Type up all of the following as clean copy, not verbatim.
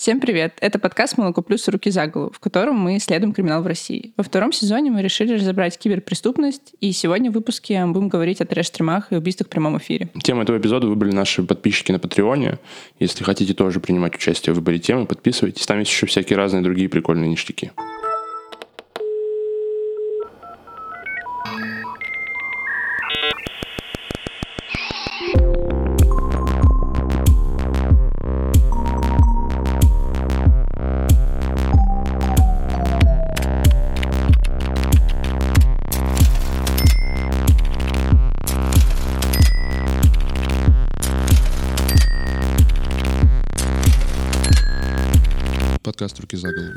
Всем привет! Это подкаст «Молоко плюс. Руки за голову», в котором мы исследуем криминал в России. Во втором сезоне мы решили разобрать киберпреступность, и сегодня в выпуске будем говорить о трэш-стримах и убийствах в прямом эфире. Тему этого эпизода выбрали наши подписчики на Патреоне. Если хотите тоже принимать участие в выборе темы, подписывайтесь. Там есть еще всякие разные другие прикольные ништяки. Подкаст «Руки за голову».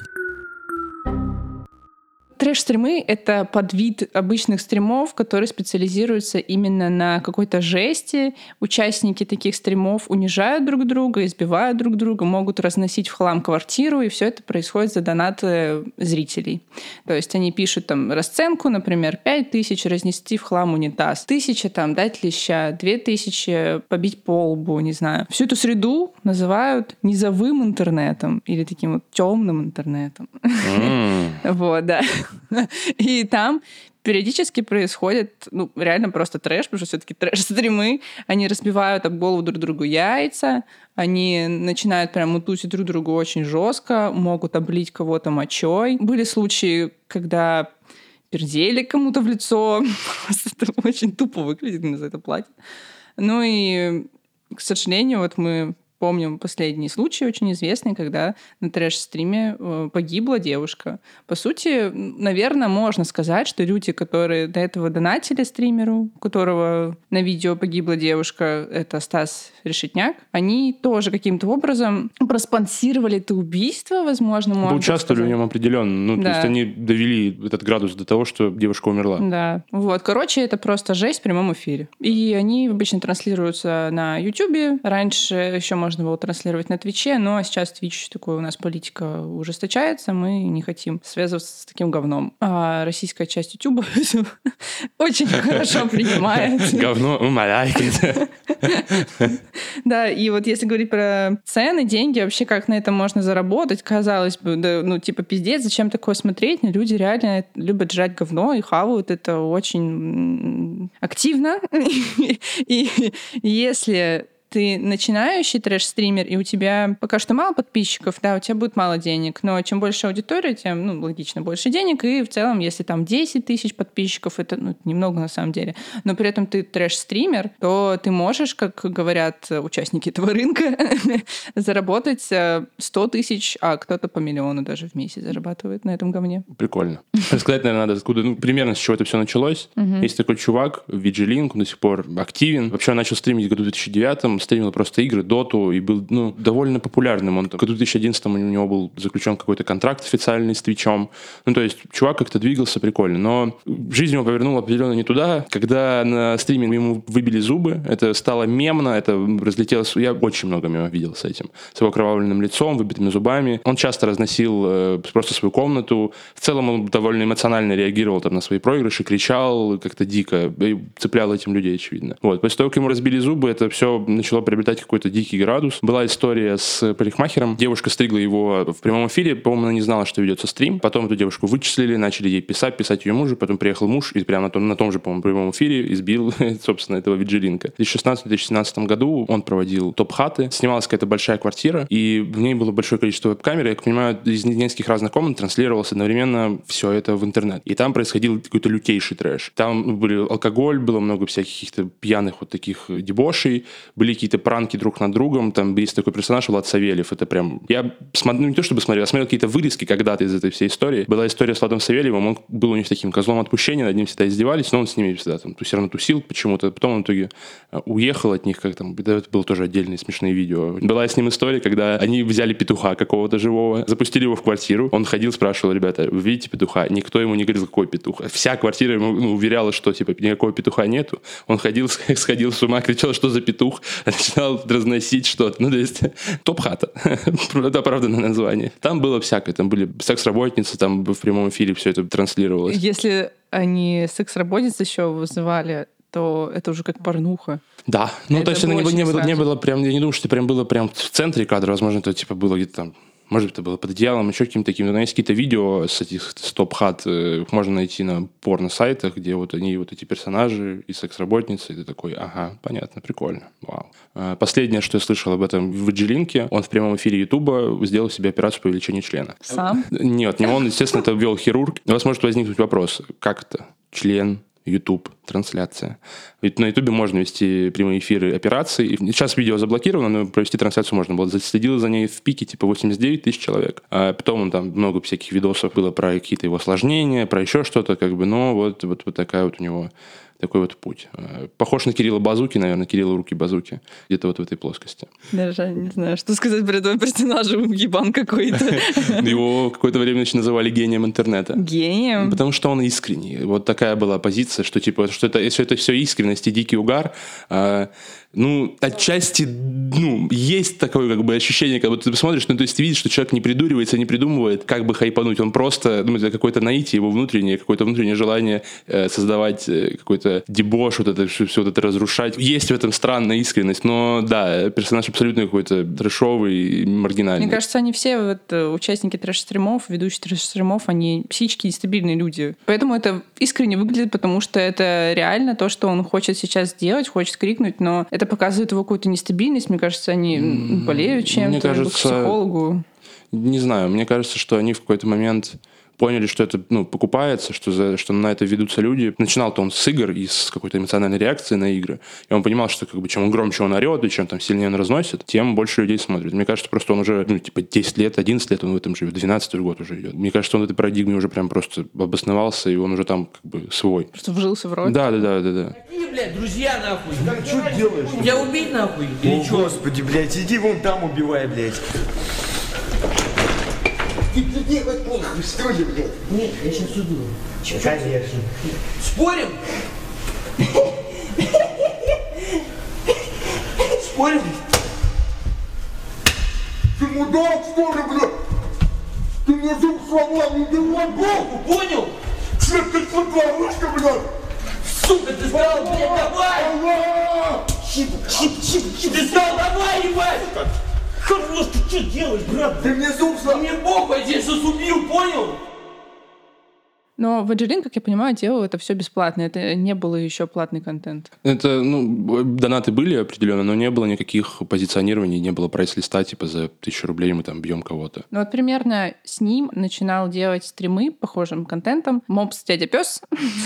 Трэш-стримы — это подвид обычных стримов, которые специализируются именно на какой-то жести. Участники таких стримов унижают друг друга, избивают друг друга, могут разносить в хлам квартиру, и все это происходит за донаты зрителей. То есть они пишут там расценку, например, 5000 разнести в хлам унитаз, 1000 там дать леща, 2000 побить по лбу, не знаю. Всю эту среду называют низовым интернетом или таким вот темным интернетом. Вот, да. И там периодически происходит, реально просто трэш, потому что все-таки трэш-стримы, они разбивают об голову друг другу яйца, они начинают прям мутусить друг другу очень жестко, могут облить кого-то мочой. Были случаи, когда пердели кому-то в лицо, это очень тупо выглядит, мне за это платят. Ну и, к сожалению, вот мы помним последний случай, очень известный, когда на трэш-стриме погибла девушка. По сути, наверное, можно сказать, что люди, которые до этого донатили стримеру, у которого на видео погибла девушка, это Стас Решетняк, они тоже каким-то образом проспонсировали это убийство, возможно, можно Участвовали в нем определенно. То есть они довели этот градус до того, что девушка умерла. Да. Вот. Короче, это просто жесть в прямом эфире. И они обычно транслируются на Ютубе. Раньше еще можно было транслировать на Твиче, но сейчас Твич такой у нас политика ужесточается, мы не хотим связываться с таким говном. А российская часть Ютуба очень хорошо принимает. Говно умоляет. Да, и вот если говорить про цены, деньги, вообще как на этом можно заработать, казалось бы, да, пиздец, зачем такое смотреть? Но люди реально любят жрать говно и хавают это очень активно. И если ты начинающий трэш-стример, и у тебя пока что мало подписчиков, да, у тебя будет мало денег, но чем больше аудитория, тем, логично, больше денег, и в целом, если там 10 тысяч подписчиков, это немного на самом деле, но при этом ты трэш-стример, то ты можешь, как говорят участники этого рынка, заработать 100 тысяч, а кто-то по миллиону даже в месяц зарабатывает на этом говне. Прикольно. Рассказать, наверное, надо, откуда, примерно с чего это все началось. Есть такой чувак, VG-Link, он до сих пор активен. Вообще он начал стримить в году 2009, стримил просто игры, доту, и был довольно популярным. Он в году 2011 у него был заключен какой-то контракт официальный с Твичом. То есть чувак как-то двигался прикольно. Но жизнь его повернула определенно не туда. Когда на стриме ему выбили зубы, это стало мемно, это разлетелось. Я очень много мемов видел с этим. С его окровавленным лицом, выбитыми зубами. Он часто разносил просто свою комнату. В целом он довольно эмоционально реагировал на свои проигрыши, кричал как-то дико и цеплял этим людей, очевидно. Вот. После того, как ему разбили зубы, это все начало приобретать какой-то дикий градус. Была история с парикмахером. Девушка стригла его в прямом эфире. По-моему, она не знала, что ведется стрим. Потом эту девушку вычислили, начали ей писать ее мужу. Потом приехал муж и прямо на том же, по-моему, прямом эфире избил, собственно, этого VG-Link. В 2016-2017 году он проводил топ-хаты. Снималась какая-то большая квартира, и в ней было большое количество веб-камер. Я как понимаю, из нескольких разных комнат транслировалось одновременно все это в интернет. И там происходил какой-то лютейший трэш. Там был алкоголь, было много всяких каких-то пьяных вот таких дебошей, были какие-то пранки друг над другом. Там есть такой персонаж Влад Савельев. Это прям... Я смотрю, не то чтобы смотрел, я смотрел какие-то вырезки когда-то из этой всей истории. Была история с Владом Савельевым. Он был у них таким козлом отпущения, над ним всегда издевались, но он с ними всегда там все равно тусил почему-то. Потом он в итоге уехал от них, как там... Это было тоже отдельные смешные видео. Была с ним история, когда они взяли петуха какого-то живого, запустили его в квартиру. Он ходил, спрашивал: ребята, вы видите петуха? Никто ему не говорил, какой петух. Вся квартира ему уверяла, что типа никакого петуха нету. Он ходил, сходил с ума, кричал, что за петух. Начинал разносить что-то. То есть топ-хата. Это оправданное название. Там было всякое. Там были секс-работницы, там в прямом эфире все это транслировалось. Если они секс-работниц еще вызывали, то это уже как порнуха. Да. То есть это не было прям... Я не думаю, что это прям было прям в центре кадра. Возможно, это типа было где-то там может быть, это было под одеялом, еще каким-то таким. Но есть какие-то видео с этих стоп-хат, можно найти на порно-сайтах, где вот они, вот эти персонажи и секс-работницы, и ты такой, ага, понятно, прикольно, вау. Последнее, что я слышал об этом в Виджилинке, он в прямом эфире Ютуба сделал себе операцию по увеличению члена. Сам? Нет, не он, естественно, это ввел хирург. У вас может возникнуть вопрос, как это? Член, YouTube, трансляция. Ведь на YouTube можно вести прямые эфиры операций. Сейчас видео заблокировано, но провести трансляцию можно было. Следил за ней в пике, 89 тысяч человек. А потом он там много всяких видосов было про какие-то его осложнения, про еще что-то, но вот такая вот у него такой вот путь. Похож на Кирилла Базуки, наверное, Кирилла Руки-Базуки. Где-то вот в этой плоскости. Даже не знаю, что сказать про этого персонажа. Ебан какой-то. Его какое-то время начали гением интернета. Гением? Потому что он искренний. Вот такая была позиция, что что это все искренность и дикий угар. Отчасти, есть такое ощущение, как будто ты посмотришь, то есть ты видишь, что человек не придуривается, не придумывает, как бы хайпануть. Он просто, это какое-то наитие, его какое-то внутреннее желание создавать какой-то дебош, все вот это разрушать. Есть в этом странная искренность, но да, персонаж абсолютно какой-то трэшовый, маргинальный. Мне кажется, они все участники трэш-стримов, ведущие трэш-стримов, они психически нестабильные люди. Поэтому это искренне выглядит, потому что это реально то, что он хочет сейчас сделать, хочет крикнуть, но это показывает его какую-то нестабильность. Мне кажется, они болеют чем-то, к психологу. Не знаю, мне кажется, что они в какой-то момент поняли, что это покупается, что на это ведутся люди. Начинал-то он с игр и с какой-то эмоциональной реакции на игры. И он понимал, что чем громче он орет, и чем там сильнее он разносит, тем больше людей смотрит. Мне кажется, просто он уже 10 лет, 11 лет он в этом живет, 12-й год уже идет. Мне кажется, он в этой парадигме уже прям просто обосновался, и он уже там свой. Просто вжился в роль. Да. Какие, блядь, друзья, нахуй? Так что делаешь? Тебя убить, нахуй? О, господи, блядь, иди вон там убивай, блядь. Ты делать нахуй, что ли, блядь? Нет, я сейчас уйду. Конечно. Спорим? Спорим? Ты мудак, что ли, блядь? Ты мне зуб сломал, убивай, богу! Понял? Что ты сотворушка, блядь? Сука, ты сказал, блядь, давай! Аллах! Чип. Ты сказал, давай, ебать! Хорош, ты что делаешь, брат? Ты мне зуб сломал! Мне похуй, я тебя сейчас убью, понял? Но Виджилин, как я понимаю, делал это все бесплатно. Это не было еще платный контент. Это, донаты были определенно, но не было никаких позиционирований, не было прайс-листа, за 1000 рублей мы там бьем кого-то. Примерно с ним начинал делать стримы похожим контентом Мопс Дядя Пес.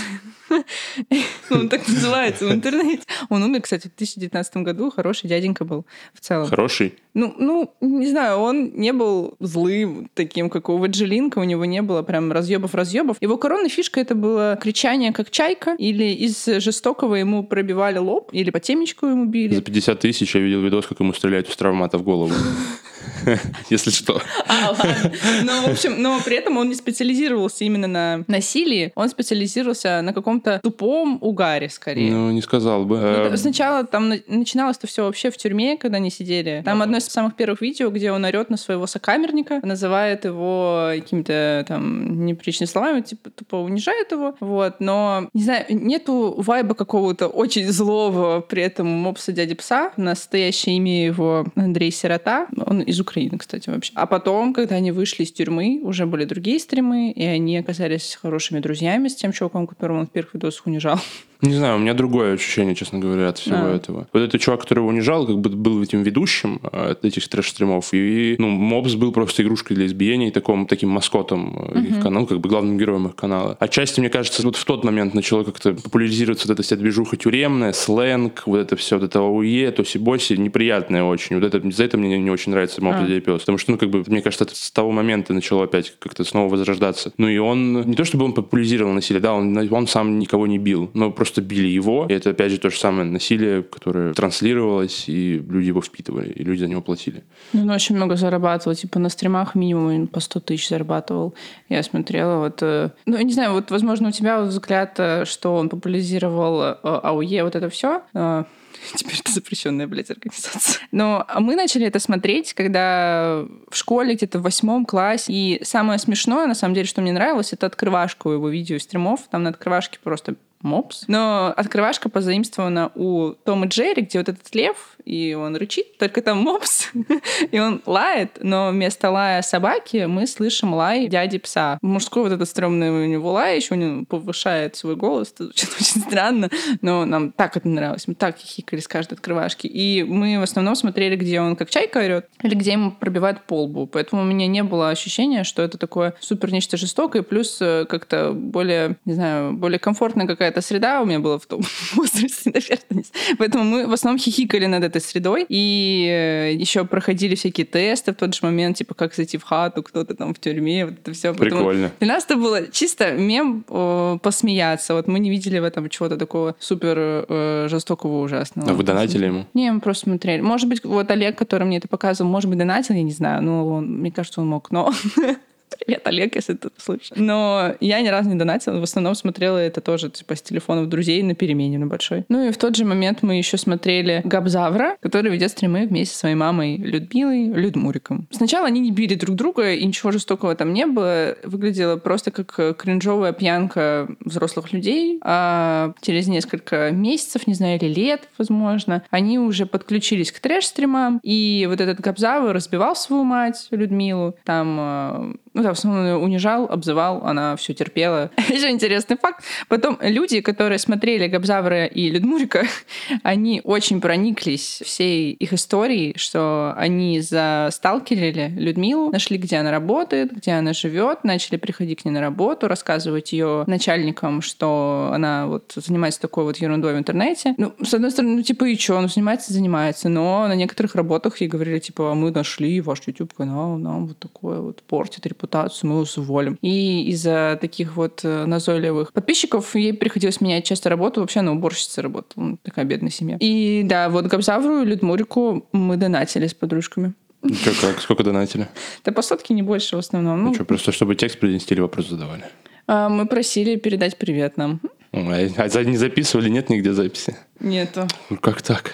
Он так называется в интернете. Он умер, кстати, в 2019 году. Хороший дяденька был в целом. Хороший? Не знаю, он не был злым таким, как у Виджилинка. У него не было прям разъебов. Его коронная фишка — это было кричание как чайка, или из жестокого ему пробивали лоб, или по темечку ему били. За 50 тысяч я видел видос, как ему стреляют из травмата в голову. Если что. Ладно. В общем, но при этом он не специализировался именно на насилии, он специализировался на каком-то тупом угаре, скорее. Не сказал бы. Сначала там начиналось это все вообще в тюрьме, когда они сидели. Там одно из самых первых видео, где он орет на своего сокамерника, называет его какими-то там неприличными словами, тупо унижает его. Но, не знаю, нету вайба какого-то очень злого при этом мопса дяди пса. Настоящее имя его Андрей Сирота. Он из Украины, кстати, вообще. А потом, когда они вышли из тюрьмы, уже были другие стримы, и они оказались хорошими друзьями с тем чуваком, которого он в первых видосах унижал. Не знаю, у меня другое ощущение, честно говоря, от всего этого. Вот этот чувак, который его унижал, как бы был этим ведущим этих трэш-стримов, и Мопс был просто игрушкой для избиений, таким маскотом их канала, главным героем их канала. Отчасти, мне кажется, в тот момент начало как-то популяризироваться вот эта вся движуха тюремная, сленг, вот это все, вот это ОУЕ, тоси-боси, неприятное очень. За это мне не очень нравится Мопс Дядя Пес, потому что, мне кажется, это с того момента начало опять как-то снова возрождаться. И он, не то чтобы он популяризировал насилие, да, он сам никого не бил, но просто били его. И это, опять же, то же самое насилие, которое транслировалось, и люди его впитывали, и люди за него платили. Он очень много зарабатывал. На стримах минимум по 100 тысяч зарабатывал. Я смотрела. Не знаю, возможно, у тебя взгляд, что он популяризировал АУЕ, вот это все. Теперь это запрещенная, организация. Но мы начали это смотреть, когда в школе, где-то в 8 классе. И самое смешное, на самом деле, что мне нравилось, это открывашка его видео и стримов. Там на открывашке просто мопс. Но открывашка позаимствована у Тома и Джерри, где вот этот лев, и он рычит, только там мопс, и он лает, но вместо лая собаки мы слышим лай дяди пса. Мужской вот этот стрёмный у него лай, еще он повышает свой голос, это звучит очень странно, но нам так это нравилось, мы так хихикали с каждой открывашки. И мы в основном смотрели, где он как чайка орёт, или где ему пробивают по лбу. Поэтому у меня не было ощущения, что это такое супер нечто жестокое, плюс как-то более, не знаю, более комфортная какая-то среда у меня была в том возрасте, наверное. Поэтому мы в основном хихикали над этой средой и еще проходили всякие тесты в тот же момент, типа как зайти в хату, кто-то там в тюрьме, вот это все. Прикольно. Для нас это было чисто мем посмеяться. Вот мы не видели в этом чего-то такого супер жестокого, ужасного. А вы донатили ему? Не, мы просто смотрели. Может быть, вот Олег, который мне это показывал, может быть, донатил, я не знаю. Ну, мне кажется, он мог, но... Привет, Олег, если ты слышишь. Но я ни разу не донатила. В основном смотрела это тоже типа с телефонов друзей на перемене на большой. Ну и в тот же момент мы еще смотрели Габзавра, который ведет стримы вместе со своей мамой Людмилой Людмуриком. Сначала они не били друг друга, и ничего жестокого там не было. Выглядело просто как кринжовая пьянка взрослых людей. А через несколько месяцев, не знаю, или лет, возможно, они уже подключились к трэш-стримам, и вот этот Габзавр разбивал свою мать Людмилу, там... Ну да, в основном унижал, обзывал, она все терпела. Еще интересный факт. Потом люди, которые смотрели Габзавра и Людмурика, они очень прониклись всей их историей, что они засталкерили Людмилу, нашли, где она работает, где она живет, начали приходить к ней на работу, рассказывать ее начальникам, что она вот занимается такой вот ерундой в интернете. Ну, с одной стороны, ну типа и что, он занимается, но на некоторых работах ей говорили, типа, мы нашли ваш YouTube-канал, нам вот такое вот портит репутацию, мы вас уволим. И из-за таких вот назойливых подписчиков ей приходилось менять часто работу. Вообще она уборщицей работала. Такая бедная семья. И да, вот Габзавру и Людмурику мы донатили с подружками. Что, как? Сколько донатили? Да по сотке, не больше в основном. Ну что, просто чтобы текст принести или вопрос задавали? Мы просили передать привет нам. А не записывали? Нет нигде записи? Нету. Ну как так?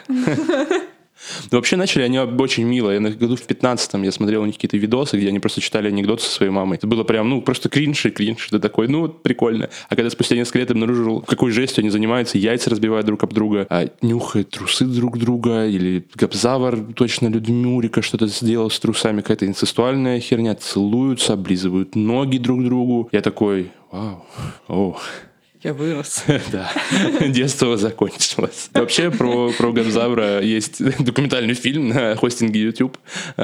Ну, вообще начали они очень мило. Я году в 15-м я смотрел у них какие-то видосы, где они просто читали анекдоты со своей мамой. Это было прям, ну, просто кринж и кринж. Ты такой, ну, прикольно. А когда спустя несколько лет обнаружил, какой жестью они занимаются, яйца разбивают друг об друга, нюхают трусы друг друга, или Габзавр точно Людмурика что-то сделал с трусами, какая-то инцестуальная херня, целуются, облизывают ноги друг другу. Я такой, вау, о. Я вырос. Да, детство закончилось. Вообще про Габзавра есть документальный фильм на хостинге YouTube.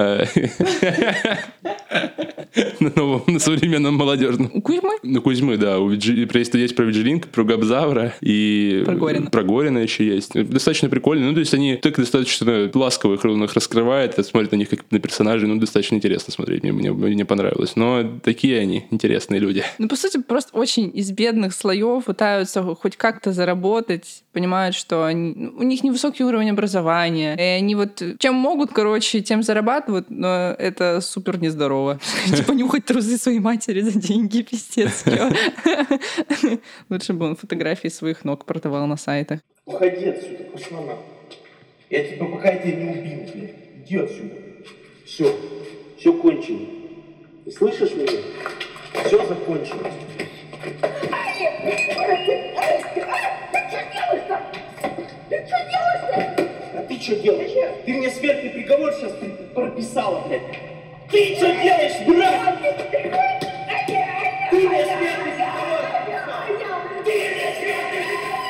На современном молодежном. У Кузьмы? На Кузьмы, да. Есть про Виджилинг, про Габзавра и про Горина еще есть. Достаточно прикольно. Ну, то есть они так достаточно ласково их раскрывают, смотрят на них как на персонажей. Ну, достаточно интересно смотреть. Мне понравилось. Но такие они интересные люди. Ну, по сути, просто очень из бедных слоев пытаются хоть как-то заработать, понимают, что у них невысокий уровень образования, и они вот чем могут, короче, тем зарабатывают, но это супер нездорово. Типа нюхать трусы своей матери за деньги, пиздец. Лучше бы он фотографии своих ног продавал на сайтах. Уходи отсюда, пошла нахуй. Я тебя, пока я тебя не убил, блядь. Иди отсюда. Все кончено. Ты слышишь меня? Все закончилось. А ты что делаешь? Ты мне смертный приговор сейчас прописала, блядь. Ты что делаешь, брат? Ты мне смертный приговор прописала. Ты мне смертный приговор.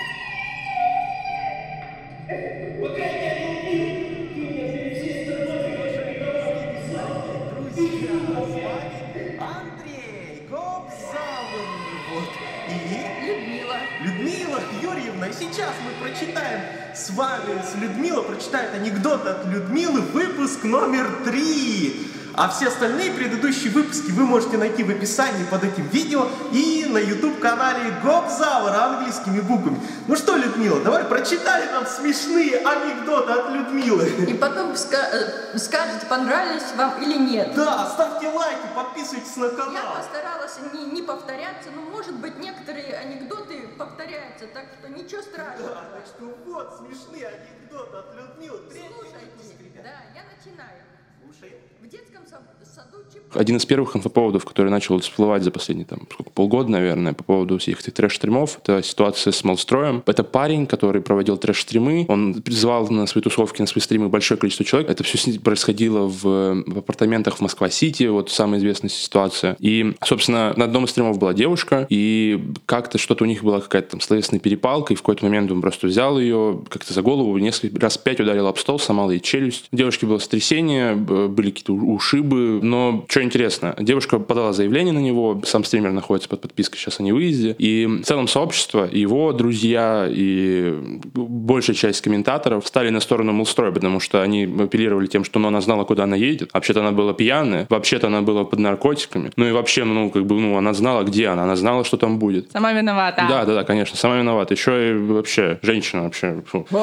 Пока я тебя не убил, ты мне перед всей страной приговор прописал. Друзья, с вами Андрей Гобзавр. Вот. И Людмила Юрьевна. И сейчас мы прочитаем с вами, Людмила прочитает анекдот от Людмилы, выпуск номер 3. А все остальные предыдущие выпуски вы можете найти в описании под этим видео и на YouTube-канале Гобзавр английскими буквами. Ну что, Людмила, давай прочитай нам смешные анекдоты от Людмилы. И потом скажете, понравились вам или нет. Да, ставьте лайки, подписывайтесь на канал. Я постаралась не повторяться, но может быть некоторые анекдоты повторяются, так что ничего страшного. Да, так что вот смешные анекдоты от Людмилы. Слушайте, да, я начинаю. В детском саду Один из первых инфоповодов, который начал всплывать за последние полгода, наверное, по поводу всех этих трэш-стримов, это ситуация с Малстроем. Это парень, который проводил трэш-стримы. Он призывал на свои тусовки, на свои стримы большое количество человек. Это все происходило в апартаментах в Москва-Сити, вот самая известная ситуация. И, собственно, на одном из стримов была девушка, и как-то что-то у них была какая-то там словесная перепалка, и в какой-то момент он просто взял ее как-то за голову, несколько раз 5 ударил об стол, сломал ей челюсть. У девушки было сотрясение, были какие-то ушибы, но что интересно, девушка подала заявление на него, сам стример находится под подпиской сейчас о невыезде, и в целом сообщество, его друзья и большая часть комментаторов стали на сторону Малстроя, потому что они апеллировали тем, что она знала, куда она едет, вообще-то она была пьяная, вообще-то она была под наркотиками, ну и вообще, она знала, где она знала, что там будет. Сама виновата. Да, конечно, сама виновата. Еще и вообще, женщина вообще.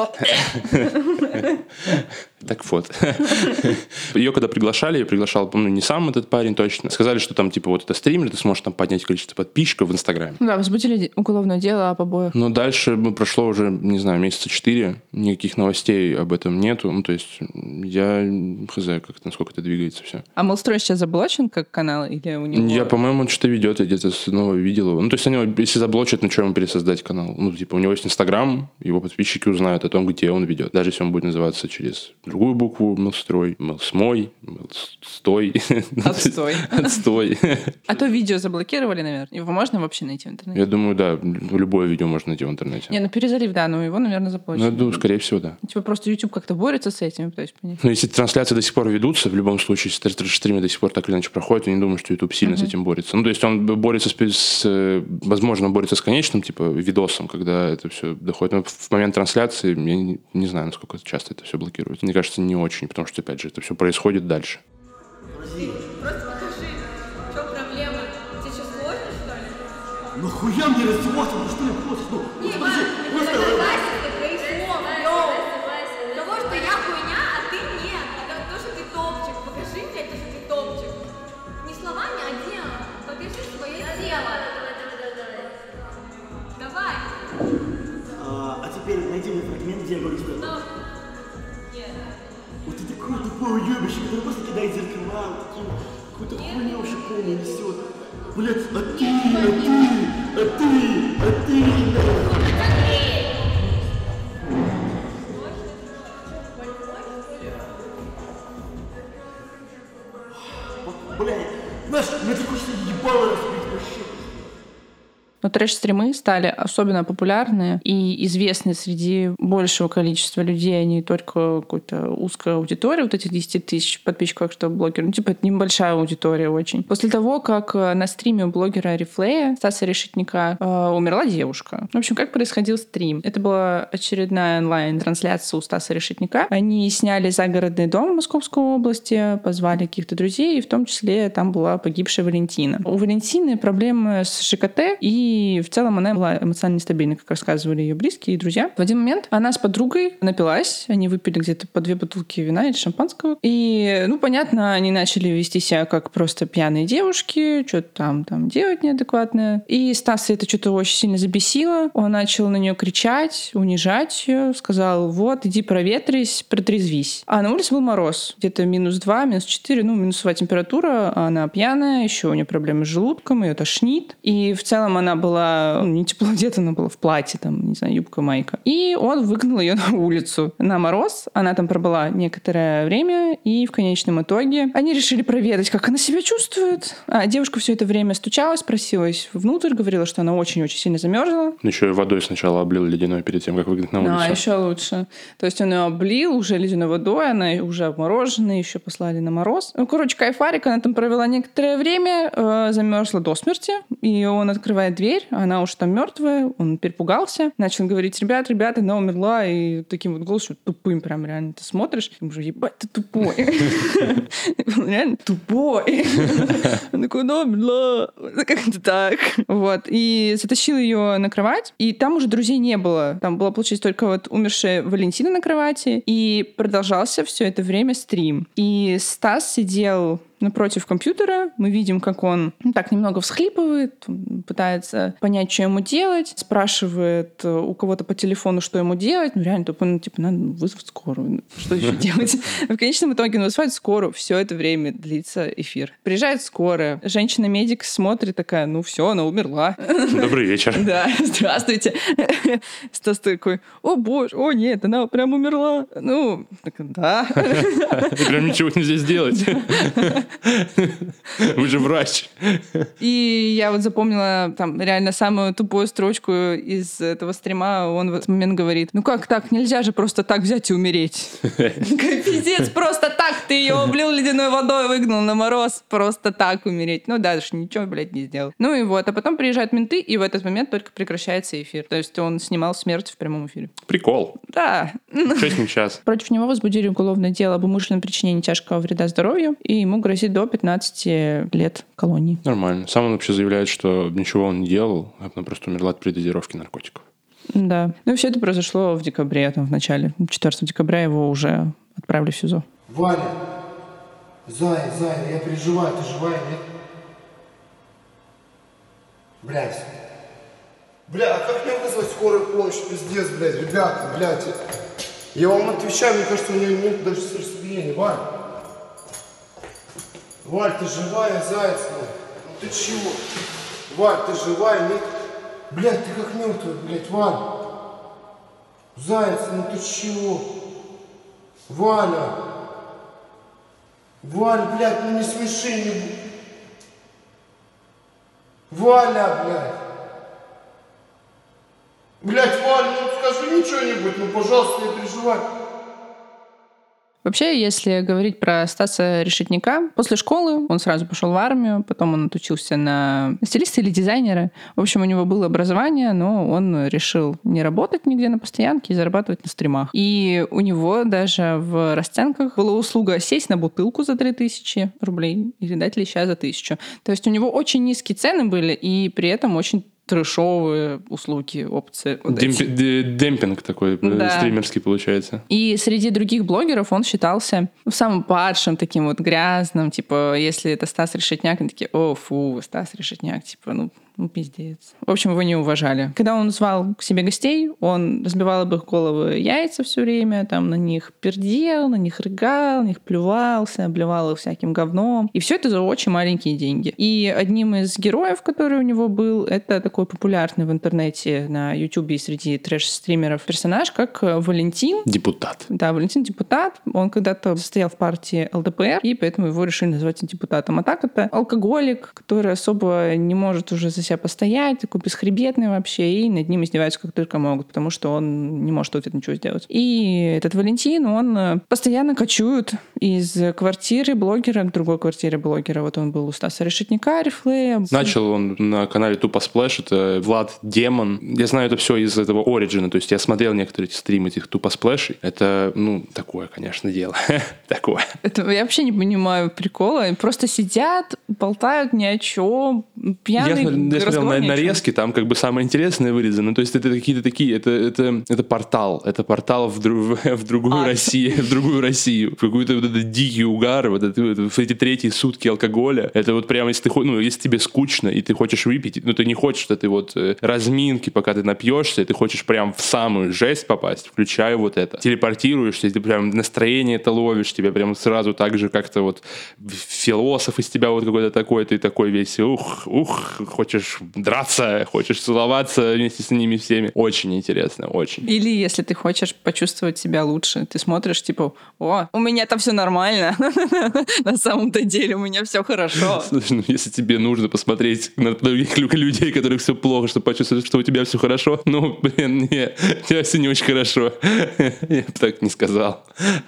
Так вот. Ее когда приглашали, я приглашал, помню, не сам этот парень точно. Сказали, что там, типа, вот это стример, ты сможешь там поднять количество подписчиков в Инстаграме. Да, возбудили уголовное дело о побоях. Но дальше прошло уже, не знаю, месяца 4, никаких новостей об этом нету. Ну, то есть, я хз, насколько это двигается все. А Малстрой сейчас заблочен как канал или у него... Я, по-моему, что-то ведет, я где-то снова видел его. Ну, то есть, они, если заблочат, ну, что ему пересоздать канал? Ну, типа, у него есть Инстаграм, его подписчики узнают о том, где он ведет. Даже если он будет называться через другую букву Малстрой, Малсмой, Малстой. Отстой. А то видео заблокировали, наверное. Его можно вообще найти в интернете? Я думаю, да. Любое видео можно найти в интернете. Не, перезалив, да, но его, наверное, заблочили. Ну, я думаю, скорее всего, да. Типа просто YouTube как-то борется с этим, пытаюсь понять. Ну, если трансляции до сих пор ведутся, в любом случае, если стримы до сих пор так или иначе проходят, я не думаю, что YouTube сильно с этим борется. Ну, то есть он борется возможно, борется с конечным, типа, видосом, когда это все доходит. Но в момент трансляции я не знаю, насколько часто это все блокируется. Мне кажется, не очень, потому что, опять же, это все происходит дальше. Просто покажи, в чем проблема? Тебе сейчас сложно, что ли? Ну хуя мне раздеваться, ну что я просто, Не, Вася, это согласен с твоих слов, йоу. Того, что я хуйня, а ты нет. Это то, что ты топчик. Покажи мне то, что ты топчик. Не словами, а делом. Покажи свое тело. Давай. А теперь найди мне фрагмент, где я говорю тебе. Нет. Вот ты такой тупой уебище, который просто кидает зеркала, какую-то хуйню вообще полную несет. Блять, а ты, блядь, знаешь, мне так хочется ебало разбить вообще. Но трэш-стримы стали особенно популярны и известны среди большего количества людей, а не только какой-то узкой аудитории, вот этих 10 тысяч подписчиков, как что блогер. Ну, типа, это небольшая аудитория очень. После того, как на стриме у блогера Орифлея, Стаса Решетника, умерла девушка. В общем, как происходил стрим? Это была очередная онлайн-трансляция у Стаса Решетника. Они сняли загородный дом в Московской области, позвали каких-то друзей, и в том числе там была погибшая Валентина. У Валентины проблемы с ЖКТ, и в целом она была эмоционально нестабильна, как рассказывали ее близкие и друзья. В один момент она с подругой напилась, они выпили где-то по 2 бутылки вина или шампанского, и, ну, понятно, они начали вести себя как просто пьяные девушки, что-то там делать неадекватное. И Стаса это что-то очень сильно забесило, он начал на нее кричать, унижать ее, сказал: вот, иди проветрись, протрезвись. А на улице был мороз, где-то -2, -4, ну, минусовая температура, она пьяная, еще у нее проблемы с желудком, ее тошнит, и в целом она была не тепло одета, она была в платье, там, не знаю, юбка, майка. И он выгнал ее на улицу на мороз. Она там пробыла некоторое время, и в конечном итоге они решили проверить, как она себя чувствует. А девушка все это время стучалась, просилась внутрь, говорила, что она очень-очень сильно замерзла. Еще и водой сначала облил ледяной перед тем, как выгнать на улицу. А, еще лучше. То есть он ее облил уже ледяной водой, она уже обмороженная, еще послали на мороз. Ну, короче, кайфарик, она там провела некоторое время, замерзла до смерти, и он открывает дверь, она уж там мертвая, он перепугался, начал говорить: ребят, она умерла, и таким вот голосом тупым прям реально ты смотришь, и уже: ебать, ты тупой. Он реально тупой. Он такой: она умерла. Как-то так. Вот. И затащил ее на кровать, и там уже друзей не было. Там была, получается, только вот умершая Валентина на кровати, и продолжался все это время стрим. И Стас сидел напротив компьютера. Мы видим, как он так немного всхлипывает, пытается понять, что ему делать, спрашивает у кого-то по телефону, что ему делать. Ну, реально, надо вызвать скорую. Что еще делать? В конечном итоге он вызывает скорую. Все это время длится эфир. Приезжает скорая. Женщина-медик смотрит такая, все, она умерла. Добрый вечер. Да, здравствуйте. Стас такой, о боже, о нет, она прям умерла. Да. Прям ничего нельзя сделать. Вы же врач. И я вот запомнила там реально самую тупую строчку из этого стрима. Он в этот момент говорит, как так, нельзя же просто так взять и умереть. Пиздец, просто так ты ее облил ледяной водой, выгнал на мороз, просто так умереть. Даже ничего, блядь, не сделал. И вот, а потом приезжают менты, и в этот момент только прекращается эфир. То есть он снимал смерть в прямом эфире. Прикол. Да. 6 не час. Против него возбудили уголовное дело об умышленном причинении тяжкого вреда здоровью, и ему грозит до 15 лет колонии. Нормально. Сам он вообще заявляет, что ничего он не делал, а она просто умерла от передозировки наркотиков. Да. Все это произошло в декабре, в начале. 4 декабря его уже отправили в СИЗО. Валя, Зая, я переживаю, ты живая, нет? Блядь. Бля, а как мне вызвать скорую помощь? Пиздец, блядь, ребята, блядь. Я вам отвечаю, мне кажется, у нее нет даже сердцебиения. Валь. Валь, ты живая, заяц, ты чего? Валь, ты живая, нет? Блядь, ты как мертвая, блядь, Валь. Заяц, ты чего? Валя. Валь, блядь, не смеши, не... Валя, блядь. Блядь, Валь, скажи мне что-нибудь, пожалуйста, не переживай. Вообще, если говорить про Стаса Решетняка, после школы он сразу пошел в армию, потом он отучился на стилиста или дизайнера. В общем, у него было образование, но он решил не работать нигде на постоянке и зарабатывать на стримах. И у него даже в расценках была услуга сесть на бутылку за 3000 рублей или дать леща за 1000. То есть у него очень низкие цены были, и при этом очень трэшовые услуги, опции. Демпинг такой, да. Стримерский получается. И среди других блогеров он считался самым падшим, таким вот грязным. Типа, если это Стас Решетняк, они такие, Стас Решетняк, типа, пиздец. В общем, его не уважали. Когда он звал к себе гостей, он разбивал об их головы яйца все время, там на них пердел, на них рыгал, на них плювался, обливал их всяким говном. И все это за очень маленькие деньги. И одним из героев, который у него был, это такой популярный в интернете, на Ютубе и среди трэш-стримеров персонаж, как Валентин. Депутат. Да, Валентин депутат. Он когда-то состоял в партии ЛДПР, и поэтому его решили называть депутатом. А так это алкоголик, который особо не может уже за себя постоять, такой бесхребетный вообще, и над ним издеваются как только могут, потому что он не может ответ ничего сделать. И этот Валентин, он постоянно кочует из квартиры блогера к другой квартире блогера. Вот он был у Стаса Решетняка, Арифлея. Начал он на канале Тупо Сплэш, это Влад Демон. Я знаю это все из этого Ориджина, то есть я смотрел некоторые стримы этих Тупо Сплэшей. Это, такое, конечно, дело. Такое. Это я вообще не понимаю прикола. Просто сидят, болтают ни о чем, пьяные. Я смотрел на нарезки, там как бы самое интересное вырезано. То есть это какие-то такие, это портал. Это портал в другую Россию, в другую Россию. В какой-то вот этот дикий угар, вот эти третьи сутки алкоголя. Это вот прямо, если если тебе скучно, и ты хочешь выпить, ты не хочешь этой вот разминки, пока ты напьешься, и ты хочешь прям в самую жесть попасть, включая вот это. Телепортируешься, и ты прям настроение это ловишь, тебе прям сразу так же как-то вот философ из тебя вот какой-то такой, ты такой весь хочешь драться, хочешь целоваться вместе с ними всеми. Очень интересно, очень. Или если ты хочешь почувствовать себя лучше, ты смотришь, типа, у меня-то все нормально. На самом-то деле у меня все хорошо. Слушай, если тебе нужно посмотреть на других людей, которых все плохо, чтобы почувствовать, что у тебя все хорошо, нет, у тебя все не очень хорошо. Я бы так не сказал.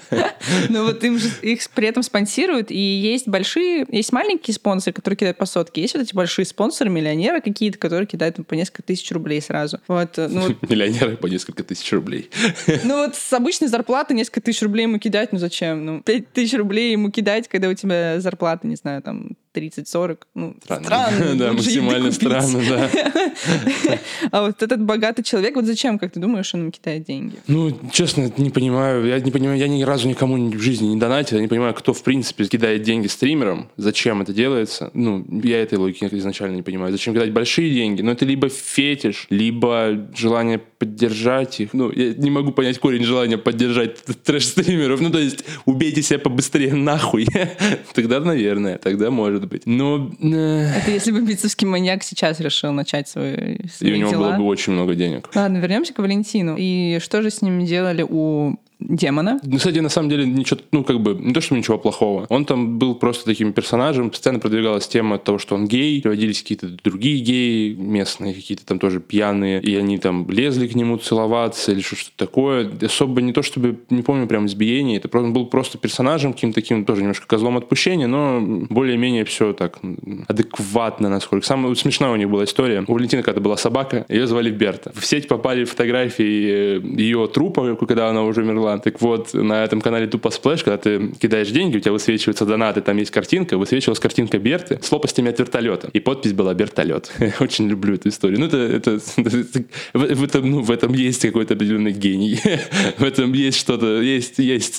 Вот их при этом спонсируют, и есть маленькие спонсоры, которые кидают по сотке, есть вот эти большие спонсоры, миллионеры какие-то, которые кидают по несколько тысяч рублей сразу. Миллионеры по несколько тысяч рублей. С обычной зарплаты несколько тысяч рублей ему кидать, зачем? 5000 рублей ему кидать, когда у тебя зарплата, не знаю, там 30-40. Ну, странно. Да, тут же еды максимально купить. странно, да. А вот этот богатый человек, вот зачем, как ты думаешь, он им кидает деньги? Ну, честно, не понимаю. Я ни разу никому в жизни не донатил. Я не понимаю, кто, в принципе, кидает деньги стримерам. Зачем это делается? Ну, я этой логики изначально не понимаю. Зачем кидать большие деньги? Ну, это либо фетиш, либо желание поддержать их. Ну, я не могу понять корень желания поддержать трэш-стримеров. Ну, то есть, убейте себя побыстрее нахуй. Тогда, наверное, тогда может быть. Но... Это если бы битцевский маньяк сейчас решил начать свои И у него дела. было бы очень много денег. Ладно, вернемся к Валентину. И что же с ним делали у демона? Ну, кстати, на самом деле, ничего, ну, как бы, не то, что ничего плохого. Он там был просто таким персонажем, постоянно продвигалась тема того, что он гей, приводились какие-то другие геи, местные какие-то там тоже пьяные, и они там лезли к нему целоваться или что-то такое. Особо не то, чтобы, не помню прям избиение, это просто, он был просто персонажем, каким-то таким, тоже немножко козлом отпущения, но более-менее все так адекватно, насколько. Самая смешная у них была история. У Валентины когда была собака, ее звали Берта. В сеть попали фотографии ее трупа, когда она уже умерла. Так вот, на этом канале Тупо Сплэш, когда ты кидаешь деньги, у тебя высвечиваются донаты, там есть картинка, высвечивалась картинка Берты с лопастями от вертолета. И подпись была «Бертолет». Очень люблю эту историю. Ну, в этом есть какой-то определенный гений. В этом есть что-то, есть.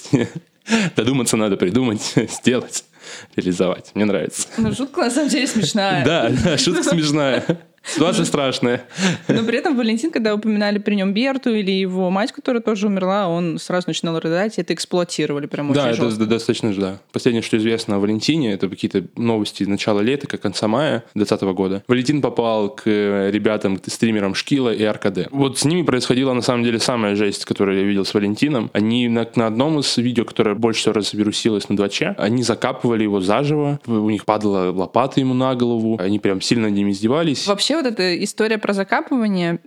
Додуматься надо, придумать, сделать, реализовать. Мне нравится. Ну, шутка на самом деле смешная. Да, шутка смешная. Ситуация страшная. Но при этом Валентин, когда упоминали при нем Берту или его мать, которая тоже умерла, он сразу начинал рыдать, и это эксплуатировали прям очень жестко. Да, это достаточно, да. Последнее, что известно о Валентине, это какие-то новости начала лета, как конца мая 2020 года. Валентин попал к ребятам, к стримерам Шкила и Аркаде. Вот с ними происходила, на самом деле, самая жесть, которую я видел с Валентином. Они на одном из видео, которое больше всего развирусилось на Дваче, они закапывали его заживо, у них падала лопата ему на голову, они прям сильно над ним издевались. Вообще вот эта история про закапывание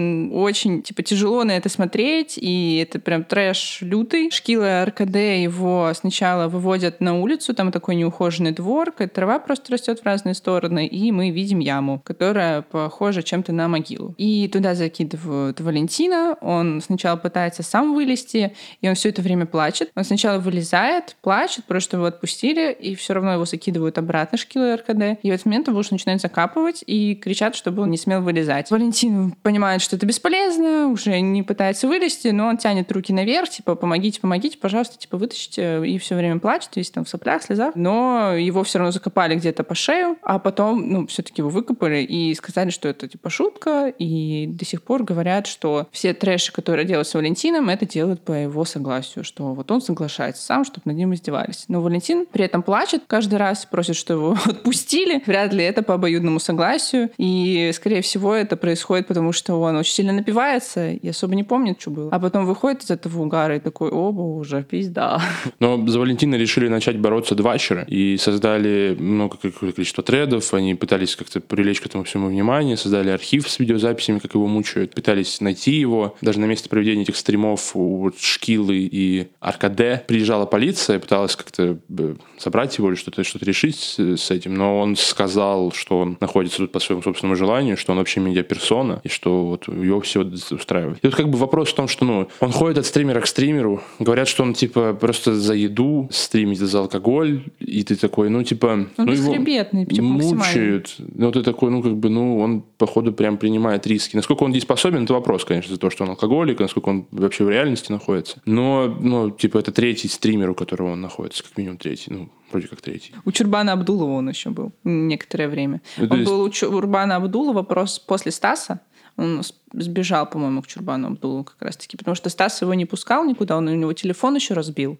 очень тяжело на это смотреть, и это прям трэш лютый. Шкила и Аркаде его сначала выводят на улицу, там такой неухоженный двор, трава просто растет в разные стороны, и мы видим яму, которая похожа чем-то на могилу. И туда закидывают Валентина, он сначала пытается сам вылезти, и он все это время плачет. Он сначала вылезает, плачет, просто что его отпустили, и все равно его закидывают обратно Шкила и Аркаде. И в этот момент его уже начинают закапывать и кричат, чтобы он не смел вылезать. Валентин понимает, что это бесполезно, уже не пытается вылезти, но он тянет руки наверх, помогите, пожалуйста, вытащите, и все время плачет, весь там в соплях, слезах. Но его все равно закопали где-то по шею, а потом, все-таки его выкопали и сказали, что это шутка, и до сих пор говорят, что все трэши, которые делают с Валентином, это делают по его согласию, что вот он соглашается сам, чтобы над ним издевались. Но Валентин при этом плачет каждый раз, просит, что его отпустили. Вряд ли это по обоюдному согласию. И, скорее всего, это происходит, потому что он очень сильно напивается и особо не помнит, что было. А потом выходит из этого угара и такой: о, боже, пизда. Но за Валентина решили начать бороться двачеры и создали какое количество тредов. Они пытались как-то привлечь к этому всему внимание, создали архив с видеозаписями, как его мучают, пытались найти его. Даже на месте проведения этих стримов у Шкилы и Аркаде приезжала полиция, пыталась как-то собрать его или что-то решить с этим, но он сказал, что он находится тут по своему собственному желанию, что он вообще медиаперсона, и что вот его все устраивает. И вот вопрос в том, что он ходит от стримера к стримеру, говорят, что он просто за еду стримит, за алкоголь, и ты такой, Он бесхребетный, его мучают. Ты такой, он, походу, прям принимает риски. Насколько он дееспособен, это вопрос, конечно, за то, что он алкоголик, насколько он вообще в реальности находится. Но, это третий стример, у которого он находится, как минимум третий, вроде как третий. У Чурбана Абдулова он еще был некоторое время. Он был у Чурбана Абдулова после Стаса. Он сбежал, по-моему, к Чурбану Абдулову как раз-таки, потому что Стас его не пускал никуда, он у него телефон еще разбил,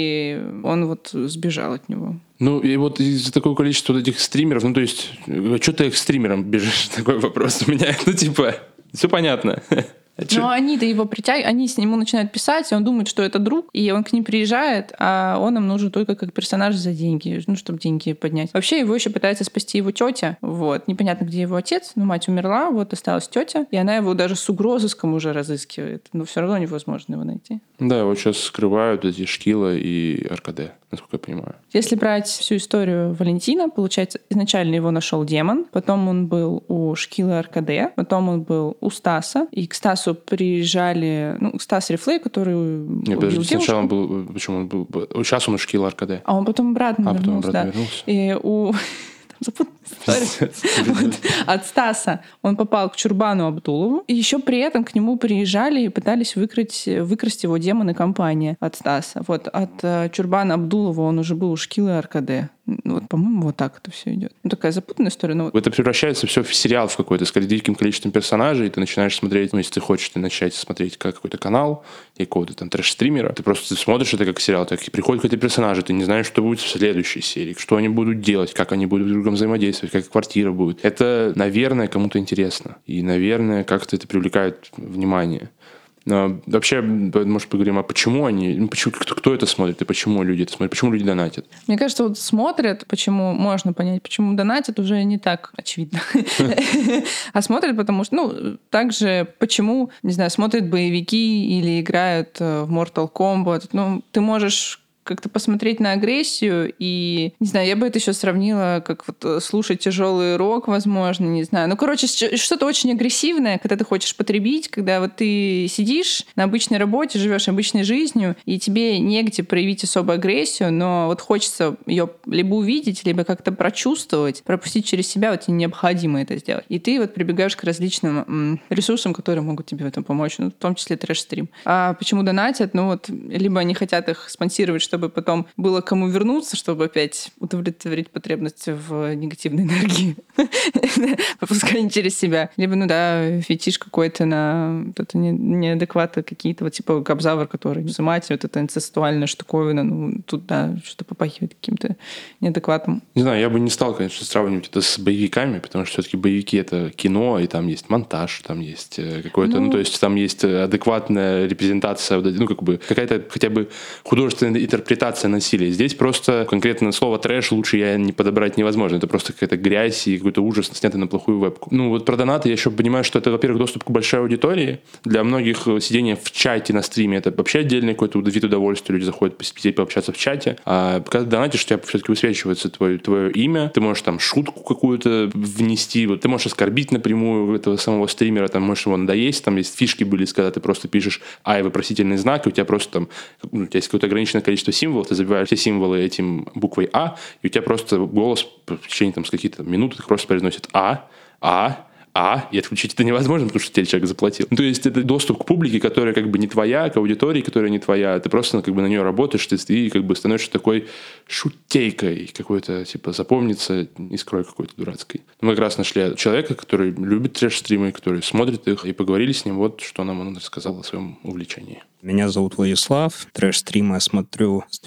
и он сбежал от него. И вот из-за такого количества этих стримеров, что ты к стримерам бежишь? Такой вопрос у меня. Все понятно. Но они-то его притягивают, они с нему начинают писать, и он думает, что это друг, и он к ним приезжает, а он им нужен только как персонаж за деньги, чтобы деньги поднять. Вообще его еще пытается спасти его тетя, непонятно, где его отец, мать умерла, осталась тетя, и она его даже с угрозыском уже разыскивает, но все равно невозможно его найти. Да, его сейчас скрывают эти Шкила и Аркаде, насколько я понимаю. Если брать всю историю Валентина, получается, изначально его нашел демон, потом он был у Шкила и Аркаде, потом он был у Стаса, и к Стасу приезжали, Стас Рифлей, который убил девушку. Сначала он был, почему он был, сейчас он у Шкила Аркаде. А он потом обратно вернулся, да. вернулся. И Запутанная история. Вот. От Стаса он попал к Чурбану Абдулову, и еще при этом к нему приезжали и пытались выкрасть его демоны компания от Стаса. Вот. От Чурбана Абдулова он уже был у Шкилы Аркаде. Вот, по-моему, вот так это все идет. Ну, такая запутанная история. Но... Это превращается все в сериал в какой-то, с диким количеством персонажей, и ты начинаешь смотреть, ну, если ты хочешь, ты начать смотреть какой-то канал, и какого-то там трэш-стримера, ты просто смотришь это как сериал, так и приходят какие-то персонажи, ты не знаешь, что будет в следующей серии, что они будут делать, как они будут друг с другом взаимодействовать, как квартира будет. Это, наверное, кому-то интересно. И, наверное, как-то это привлекает внимание. Но вообще, может, поговорим, а почему они, кто это смотрит и почему люди это смотрят, почему люди донатят? Мне кажется, вот смотрят, почему можно понять, почему донатят, уже не так очевидно. А смотрят, потому что, ну, также почему, не знаю, смотрят боевики или играют в Mortal Kombat. Ну, ты можешь как-то посмотреть на агрессию, и, не знаю, я бы это еще сравнила, как вот слушать тяжелый рок, возможно, не знаю. Ну, короче, что-то очень агрессивное, когда ты хочешь потребить, когда вот ты сидишь на обычной работе, живешь обычной жизнью, и тебе негде проявить особую агрессию, но вот хочется ее либо увидеть, либо как-то прочувствовать, пропустить через себя, вот тебе необходимо это сделать. И ты вот прибегаешь к различным ресурсам, которые могут тебе в этом помочь, ну, в том числе трэш-стрим. А почему донатят? Ну, вот, либо они хотят их спонсировать, чтобы потом было кому вернуться, чтобы опять удовлетворить потребность в негативной энергии, попускание через себя. Либо, ну да, фетиш какой-то на это неадекваты какие-то, вот типа Кобзавр, который занимается, вот эта инцестуальная штуковина, ну тут, да, что-то попахивает каким-то неадекватом. Не знаю, я бы не стал, конечно, сравнивать это с боевиками, потому что все-таки боевики — это кино, и там есть монтаж, там есть какой-то, ну, то есть там есть адекватная репрезентация, ну, как бы какая-то хотя бы художественная интерпретация насилия. Здесь просто конкретно слово «трэш» лучше я не подобрать невозможно. Это просто какая-то грязь и какой-то ужас, снятый на плохую вебку. Ну, вот про донаты я еще понимаю, что это, во-первых, доступ к большой аудитории. Для многих сидение в чате на стриме — это вообще отдельный какой-то вид удовольствия. Люди заходят посидеть, пообщаться в чате. А когда ты донатишь, у тебя все-таки высвечивается твое имя. Ты можешь там шутку какую-то внести. Вот ты можешь оскорбить напрямую этого самого стримера, там можешь его надоесть. Там есть фишки были, когда ты просто пишешь «ай» вопросительный знак, и у тебя просто там, ну, у тебя есть какое-то ограниченное количество символов, ты забиваешь все символы этим буквой «а», и у тебя просто голос в течение там, с каких-то минут просто произносит и отключить это невозможно, потому что тебе человек заплатил. Ну, то есть это доступ к публике, которая как бы не твоя, к аудитории, которая не твоя. Ты просто как бы на нее работаешь, ты как бы становишься такой шутейкой какой-то, типа, запомнится искрой какой-то дурацкой. Мы как раз нашли человека, который любит трэш-стримы, который смотрит их, и поговорили с ним, вот что нам он рассказал о своем увлечении. Меня зовут Владислав. Трэш-стримы я смотрю с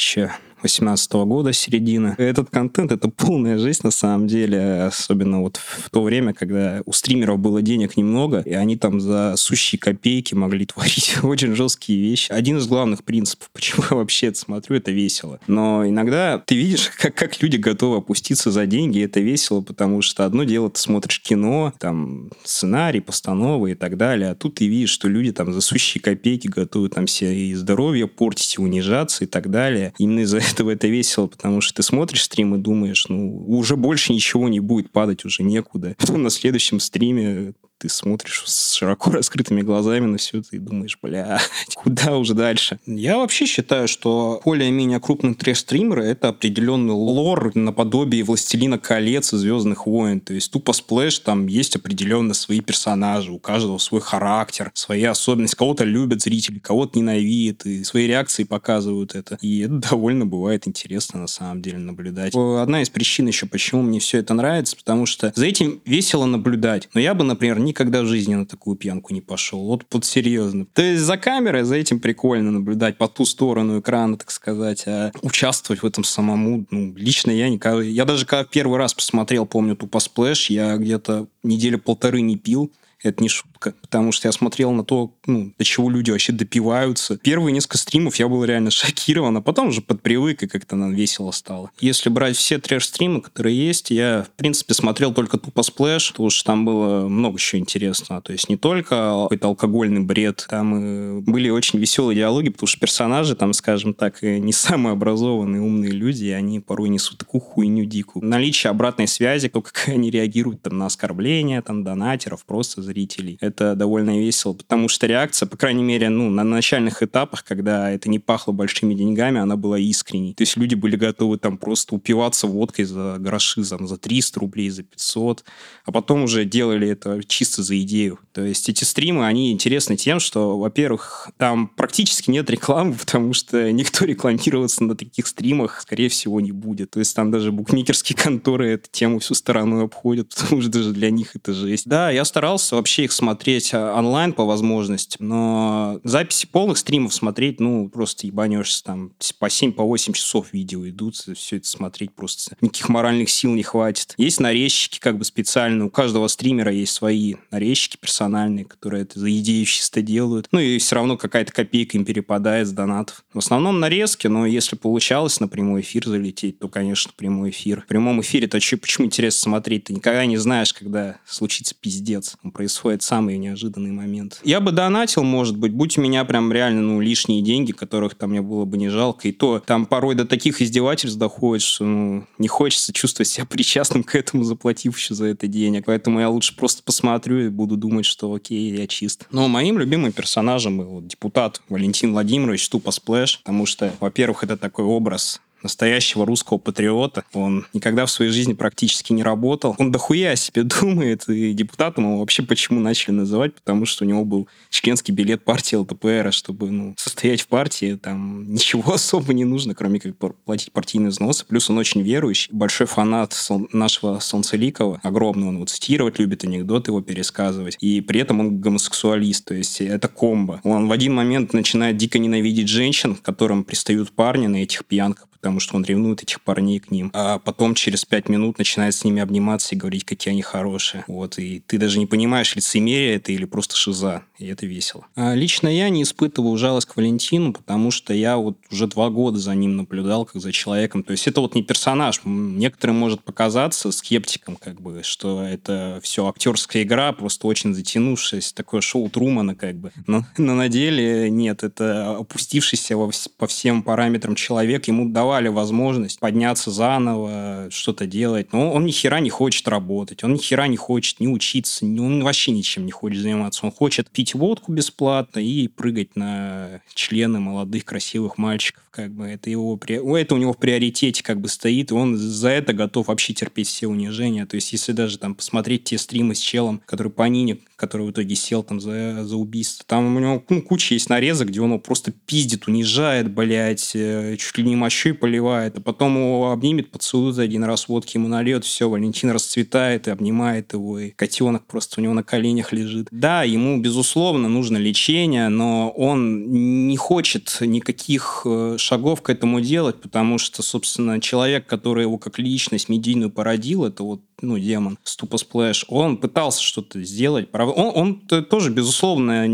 2018 года, середины. Этот контент — это полная жизнь, на самом деле, особенно вот в то время, когда у стримеров было денег немного, и они там за сущие копейки могли творить очень жесткие вещи. Один из главных принципов, почему я вообще это смотрю, это весело. Но иногда ты видишь, как люди готовы опуститься за деньги, и это весело, потому что одно дело, ты смотришь кино, там, сценарий, постановы и так далее, а тут ты видишь, что люди там за сущие копейки готовы там себе и здоровье портить, и унижаться и так далее. Именно из-за этого это весело, потому что ты смотришь стрим и думаешь, ну, уже больше ничего не будет, падать уже некуда. Потом на следующем стриме ты смотришь с широко раскрытыми глазами на все это и думаешь, бля, куда уже дальше? Я вообще считаю, что более-менее крупные трэш-стримеры — это определенный лор наподобие «Властелина колец» и «Звездных войн». То есть тупо Сплэш, там есть определенно свои персонажи, у каждого свой характер, свои особенности. Кого-то любят зрители, кого-то ненавидят, и свои реакции показывают это. И это довольно бывает интересно, на самом деле, наблюдать. Одна из причин еще, почему мне все это нравится, потому что за этим весело наблюдать. Но я бы, например, никогда в жизни на такую пьянку не пошел. Вот серьезно. То есть за камерой, за этим прикольно наблюдать по ту сторону экрана, так сказать, а участвовать в этом самому, ну, лично я никогда... Я даже когда первый раз посмотрел, помню, тупо Сплэш, я где-то недели полторы не пил. Это не шутка, потому что я смотрел на то, ну, до чего люди вообще допиваются. Первые несколько стримов я был реально шокирован, а потом уже подпривык, и как-то нам весело стало. Если брать все трэш-стримы, которые есть, я, в принципе, смотрел только тупо Сплэш, потому что там было много еще интересного. То есть не только какой-то алкогольный бред, там были очень веселые диалоги, потому что персонажи там, скажем так, не самые образованные, умные люди, и они порой несут такую хуйню дикую. Наличие обратной связи, то, как они реагируют там, на оскорбления там, донатеров, просто зрителей, зрителей. Это довольно весело, потому что реакция, по крайней мере, на начальных этапах, когда это не пахло большими деньгами, она была искренней. То есть люди были готовы там просто упиваться водкой за гроши, за 300 рублей, за 500, а потом уже делали это чисто за идею. То есть эти стримы, они интересны тем, что, во-первых, там практически нет рекламы, потому что никто рекламироваться на таких стримах, скорее всего, не будет. То есть там даже букмекерские конторы эту тему всю стороной обходят, потому что даже для них это жесть. Да, я старался вообще их смотреть онлайн по возможности, но записи полных стримов смотреть, просто ебанешься там. По 7-8 часов видео идут, все это смотреть просто никаких моральных сил не хватит. Есть нарезчики как бы специально, у каждого стримера есть свои нарезчики персональные, которые это за идею чисто делают. И все равно какая-то копейка им перепадает с донатов. В основном нарезки, но если получалось на прямой эфир залететь, то, конечно, прямой эфир. В прямом эфире-то почему интересно смотреть? Ты никогда не знаешь, когда случится пиздец. Происходит самый неожиданный момент. Я бы донатил, может быть, будь у меня прям реально, лишние деньги, которых там мне было бы не жалко. И то там порой до таких издевательств доходит, что, не хочется чувствовать себя причастным к этому, заплатив еще за это денег. Поэтому я лучше просто посмотрю и буду думать, что окей, я чист. Но моим любимым персонажем был депутат Валентин Владимирович Тупо Сплэш, потому что, во-первых, это такой образ настоящего русского патриота. Он никогда в своей жизни практически не работал. Он дохуя о себе думает, и депутатом его вообще почему начали называть? Потому что у него был членский билет партии ЛДПР, чтобы состоять в партии, там ничего особо не нужно, кроме как платить партийные взносы. Плюс он очень верующий, большой фанат нашего Солнцеликова, огромный, он цитировать любит, анекдоты его пересказывать. И при этом он гомосексуалист, то есть это комбо. Он в один момент начинает дико ненавидеть женщин, к которым пристают парни на этих пьянках, потому что он ревнует этих парней к ним. А потом через 5 минут начинает с ними обниматься и говорить, какие они хорошие. И ты даже не понимаешь, лицемерие это или просто шиза. И это весело. Лично я не испытываю жалость к Валентину, потому что я уже 2 года за ним наблюдал, как за человеком. То есть это не персонаж. Некоторым может показаться, скептикам, что это все актерская игра, просто очень затянувшееся, такое шоу Трумана, Но на деле нет, это опустившийся по всем параметрам человек. Ему давали возможность подняться заново, что-то делать. Но он ни хера не хочет работать, он ни хера не хочет ни учиться, он вообще ничем не хочет заниматься. Он хочет пить водку бесплатно и прыгать на члены молодых красивых мальчиков. Это у него в приоритете стоит, и он за это готов вообще терпеть все унижения. То есть, если даже посмотреть те стримы с челом, который по Нине, который в итоге сел за убийство, там у него куча есть нарезок, где он его просто пиздит, унижает, блядь, чуть ли не мочой поливает, а потом его обнимет, поцелует один раз, водки ему нальет, все, Валентин расцветает и обнимает его, и котенок просто у него на коленях лежит. Да, ему, безусловно, нужно лечение, но он не хочет никаких шагов к этому делать, потому что, собственно, человек, который его как личность медийную породил, это демон Тупо Сплэш, он пытался что-то сделать. Он тоже, безусловно,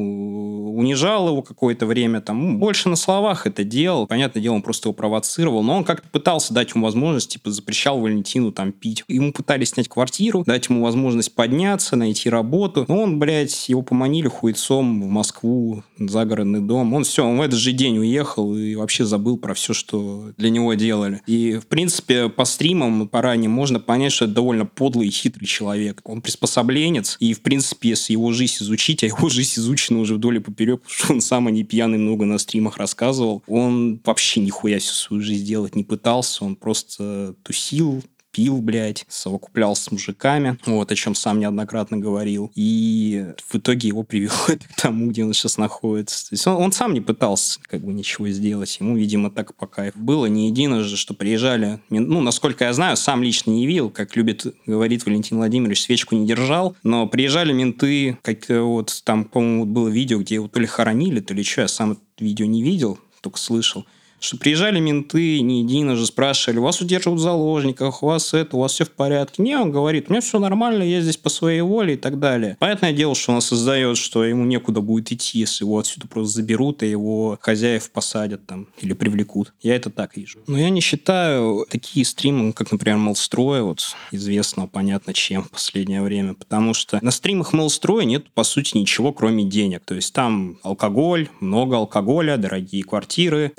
унижал его какое-то время, больше на словах это делал. Понятное дело, он просто его провоцировал, но он как-то пытался дать ему возможность, запрещал Валентину пить. Ему пытались снять квартиру, дать ему возможность подняться, найти работу. Но он, его поманили хуйцом в Москву, загородный дом. Он в этот же день уехал и вообще забыл про все, что для него делали. И, в принципе, по стримам, по ранним можно понять, что это довольно подлый и хитрый человек. Он приспособленец, и, в принципе, если его жизнь изучить, а его жизнь изучена уже вдоль и поперек, потому что он сам не пьяный много на стримах рассказывал, он вообще нихуя всю свою жизнь делать не пытался, он просто тусил, пил, совокуплялся с мужиками, о чем сам неоднократно говорил. И в итоге его привело это к тому, где он сейчас находится. То есть он сам не пытался ничего сделать. Ему, видимо, так по кайфу. Было не единожды, что приезжали, насколько я знаю, сам лично не видел, как говорит Валентин Владимирович, свечку не держал, но приезжали менты, там, по-моему, было видео, где то ли хоронили, то ли что, я сам это видео не видел, только слышал, что приезжали менты, не единожды спрашивали, вас удерживают в заложниках, у вас все в порядке. Не, он говорит, у меня все нормально, я здесь по своей воле и так далее. Понятное дело, что он создает, что ему некуда будет идти, если его отсюда просто заберут, и его хозяев посадят или привлекут. Я это так вижу. Но я не считаю такие стримы, как, например, Мелстроя, известного, понятно, чем в последнее время, потому что на стримах Мелстроя нет, по сути, ничего, кроме денег. То есть там алкоголь, много алкоголя, дорогие квартиры, там красивые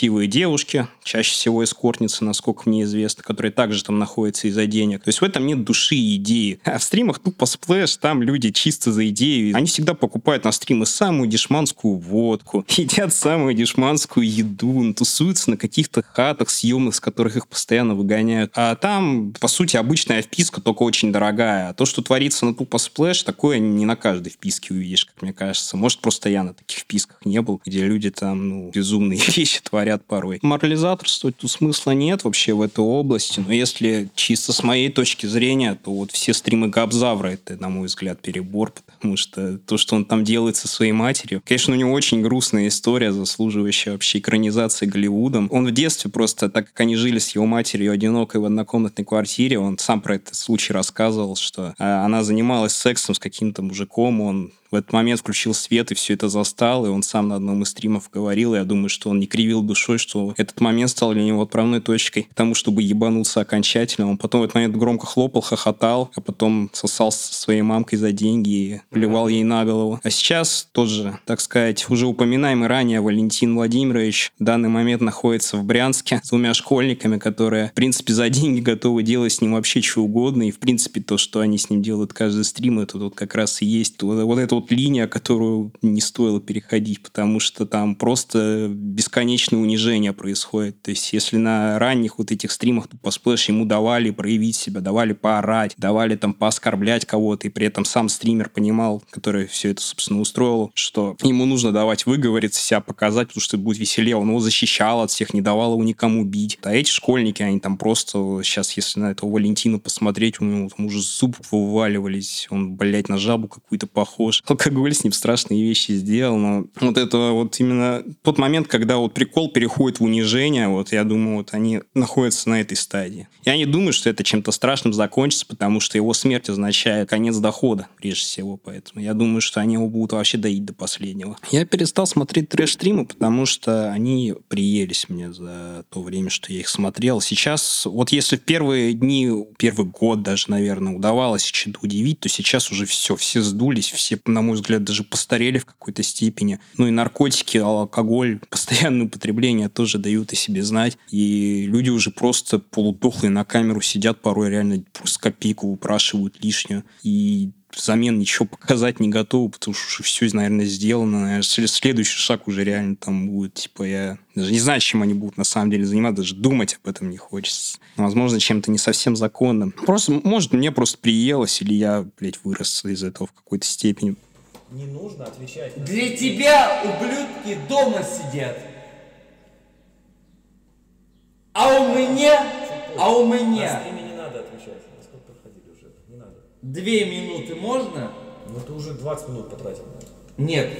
красивые девушки, чаще всего эскортницы, насколько мне известно, которые также там находятся из-за денег. То есть в этом нет души и идеи. А в стримах тупо сплэш, там люди чисто за идею. Они всегда покупают на стримы самую дешманскую водку, едят самую дешманскую еду, тусуются на каких-то хатах съемных, с которых их постоянно выгоняют. А там, по сути, обычная вписка, только очень дорогая. А то, что творится на тупо сплэш, такое не на каждой вписке увидишь, как мне кажется. Может, просто я на таких вписках не был, где люди там, безумные вещи творят порой. Морализаторствовать тут смысла нет вообще в этой области, но если чисто с моей точки зрения, то вот все стримы Габзавра — это, на мой взгляд, перебор, потому что то, что он там делает со своей матерью, конечно, у него очень грустная история, заслуживающая вообще экранизации Голливудом. Он в детстве просто, так как они жили с его матерью одинокой в однокомнатной квартире, он сам про этот случай рассказывал, что она занималась сексом с каким-то мужиком, он в этот момент включил свет и все это застал, и он сам на одном из стримов говорил, и я думаю, что он не кривил душой, что этот момент стал для него отправной точкой к тому, чтобы ебануться окончательно. Он потом в этот момент громко хлопал, хохотал, а потом сосался со своей мамкой за деньги и плевал ей на голову. А сейчас тоже, так сказать, уже упоминаемый ранее Валентин Владимирович в данный момент находится в Брянске с двумя школьниками, которые, в принципе, за деньги готовы делать с ним вообще что угодно, и, в принципе, то, что они с ним делают каждый стрим, это вот как раз и есть вот это вот линия, которую не стоило переходить, потому что там просто бесконечное унижение происходит. То есть если на ранних вот этих стримах по сплэш ему давали проявить себя, давали поорать, давали там пооскорблять кого-то, и при этом сам стример понимал, который все это, собственно, устроил, что ему нужно давать выговориться, себя показать, потому что будет веселее. Он его защищал от всех, не давал его никому бить. А эти школьники, они там просто сейчас, если на этого Валентина посмотреть, у него там уже зубы вываливались, он, блядь, на жабу какую-то похож. Алкоголь с ним страшные вещи сделал, но вот это вот именно тот момент, когда вот прикол переходит в унижение, вот я думаю, вот они находятся на этой стадии. Я не думаю, что это чем-то страшным закончится, потому что его смерть означает конец дохода, прежде всего, поэтому я думаю, что они его будут вообще доить до последнего. Я перестал смотреть трэш-стримы, потому что они приелись мне за то время, что я их смотрел. Сейчас, вот если в первые дни, первый год даже, наверное, удавалось что-то удивить, то сейчас уже все сдулись, все, на мой взгляд, даже постарели в какой-то степени. Ну и наркотики, алкоголь, постоянное употребление тоже дают о себе знать. И люди уже просто полудохлые на камеру сидят, порой реально просто копейку выпрашивают лишнюю. И взамен ничего показать не готовы, потому что уже все, наверное, сделано. Наверное, следующий шаг уже реально там будет. Типа я даже не знаю, чем они будут на самом деле заниматься, даже думать об этом не хочется. Возможно, чем-то не совсем законным. Просто, может, мне просто приелось, или я, блядь, вырос из этого в какой-то степени. Не нужно отвечать на... Для тебя ублюдки дома сидят. А у меня... На стриме не надо отвечать. Насколько проходили уже? Не надо. 2 минуты можно? Ну ты уже 20 минут потратил на это. Нет.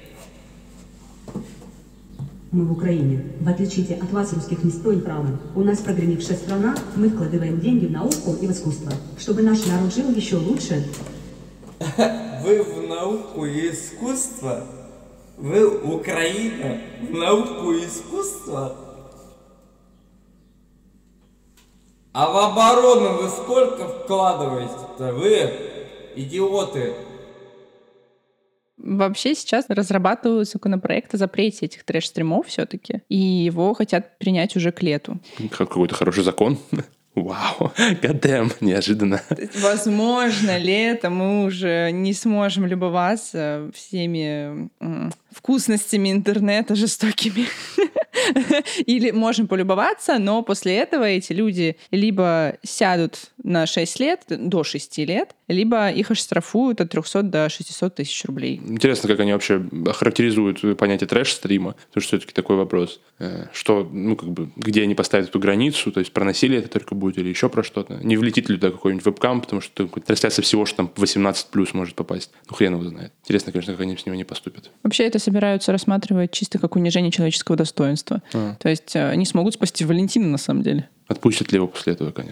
Мы в Украине. В отличие от вас, русских, не строим храмы. У нас прогремевшая страна, мы вкладываем деньги в науку и в искусство. Чтобы наш народ жил еще лучше... Вы в науку и искусство? Вы Украина в науку и искусство? А в оборону вы сколько вкладываете-то? Вы идиоты! Вообще сейчас разрабатывают законопроект о запрете этих трэш-стримов все-таки, и его хотят принять уже к лету. Какой-то хороший закон. Вау, goddamn, неожиданно. Возможно, летом мы уже не сможем любоваться всеми вкусностями интернета жестокими. Или можем полюбоваться, но после этого эти люди либо сядут на 6 лет, до 6 лет, либо их оштрафуют от 300 до 600 тысяч рублей. Интересно, как они вообще охарактеризуют понятие трэш-стрима, потому что все-таки такой вопрос. Что, ну, как бы, где они поставят эту границу, то есть про насилие это только будет или еще про что-то. Не влетит ли туда какой-нибудь вебкам, потому что трансляция всего, что там 18+ может попасть. Ну, хрен его знает. Интересно, конечно, как они с него не поступят. Вообще это собираются рассматривать чисто как унижение человеческого достоинства. То есть они смогут спасти Валентина на самом деле. Отпустят ли его после этого, конечно.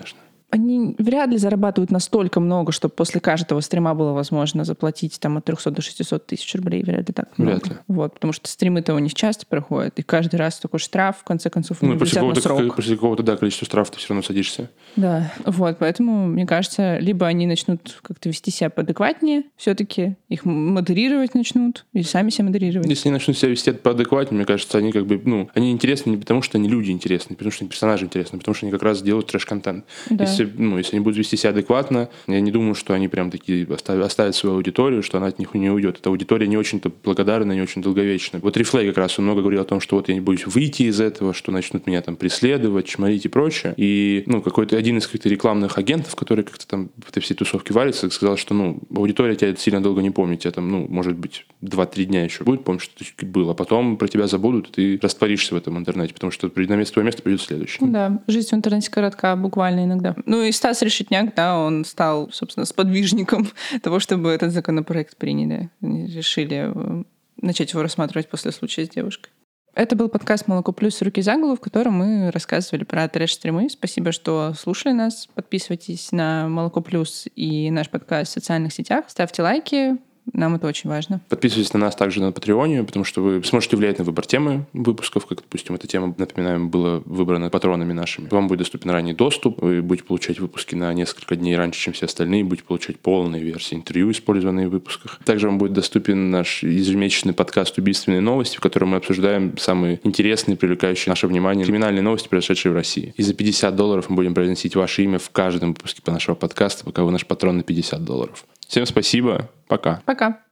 Они вряд ли зарабатывают настолько много, чтобы после каждого стрима было возможно заплатить там от 300 до 600 тысяч рублей. Вряд ли так много. Вряд ли. Вот, потому что стримы-то у них часто проходят, и каждый раз такой штраф, в конце концов, они влетят на срок. После какого-то, да, количества штрафов ты все равно садишься. Да, вот, поэтому, мне кажется, либо они начнут как-то вести себя поадекватнее, все-таки их модерировать начнут, или сами себя модерировать. Если они начнут себя вести поадекватнее, мне кажется, они как бы, они интересны не потому, что они люди интересны, не потому, что они персонажи интересны, а потому, что они как раз делают трэш-контент. Да. Если они будут вести себя адекватно, я не думаю, что они прям такие оставят свою аудиторию, что она от них не уйдет. Эта аудитория не очень-то благодарна, не очень долговечна. Вот Рифлей как раз, он много говорил о том, что вот я не боюсь выйти из этого, что начнут меня там преследовать, чморить и прочее. И, какой-то один из каких-то рекламных агентов, который как-то там в этой всей тусовке варится, сказал, что, аудитория тебя сильно долго не помнит, тебя там, может быть, 2-3 дня еще будет помнить, что ты был, а потом про тебя забудут, и ты растворишься в этом интернете, потому что на твое место придет следующий. Да, жизнь в интернете коротка буквально иногда. И Стас Решетняк, да, он стал, собственно, сподвижником того, чтобы этот законопроект приняли. Они решили начать его рассматривать после случая с девушкой. Это был подкаст «Молоко плюс. Руки за голову», в котором мы рассказывали про трэш-стримы. Спасибо, что слушали нас. Подписывайтесь на «Молоко плюс» и наш подкаст в социальных сетях. Ставьте лайки. Нам это очень важно. Подписывайтесь на нас также на Патреоне, потому что вы сможете влиять на выбор темы выпусков. Как, допустим, эта тема, напоминаем, была выбрана патронами нашими. Вам будет доступен ранний доступ. Вы будете получать выпуски на несколько дней раньше, чем все остальные. Будете получать полные версии интервью, использованные в выпусках. Также вам будет доступен наш ежемесячный подкаст «Убийственные новости», в котором мы обсуждаем самые интересные, привлекающие наше внимание криминальные новости, произошедшие в России. И за $50 мы будем произносить ваше имя в каждом выпуске нашего подкаста, пока вы наш патрон на $50. Всем спасибо. Пока. Пока.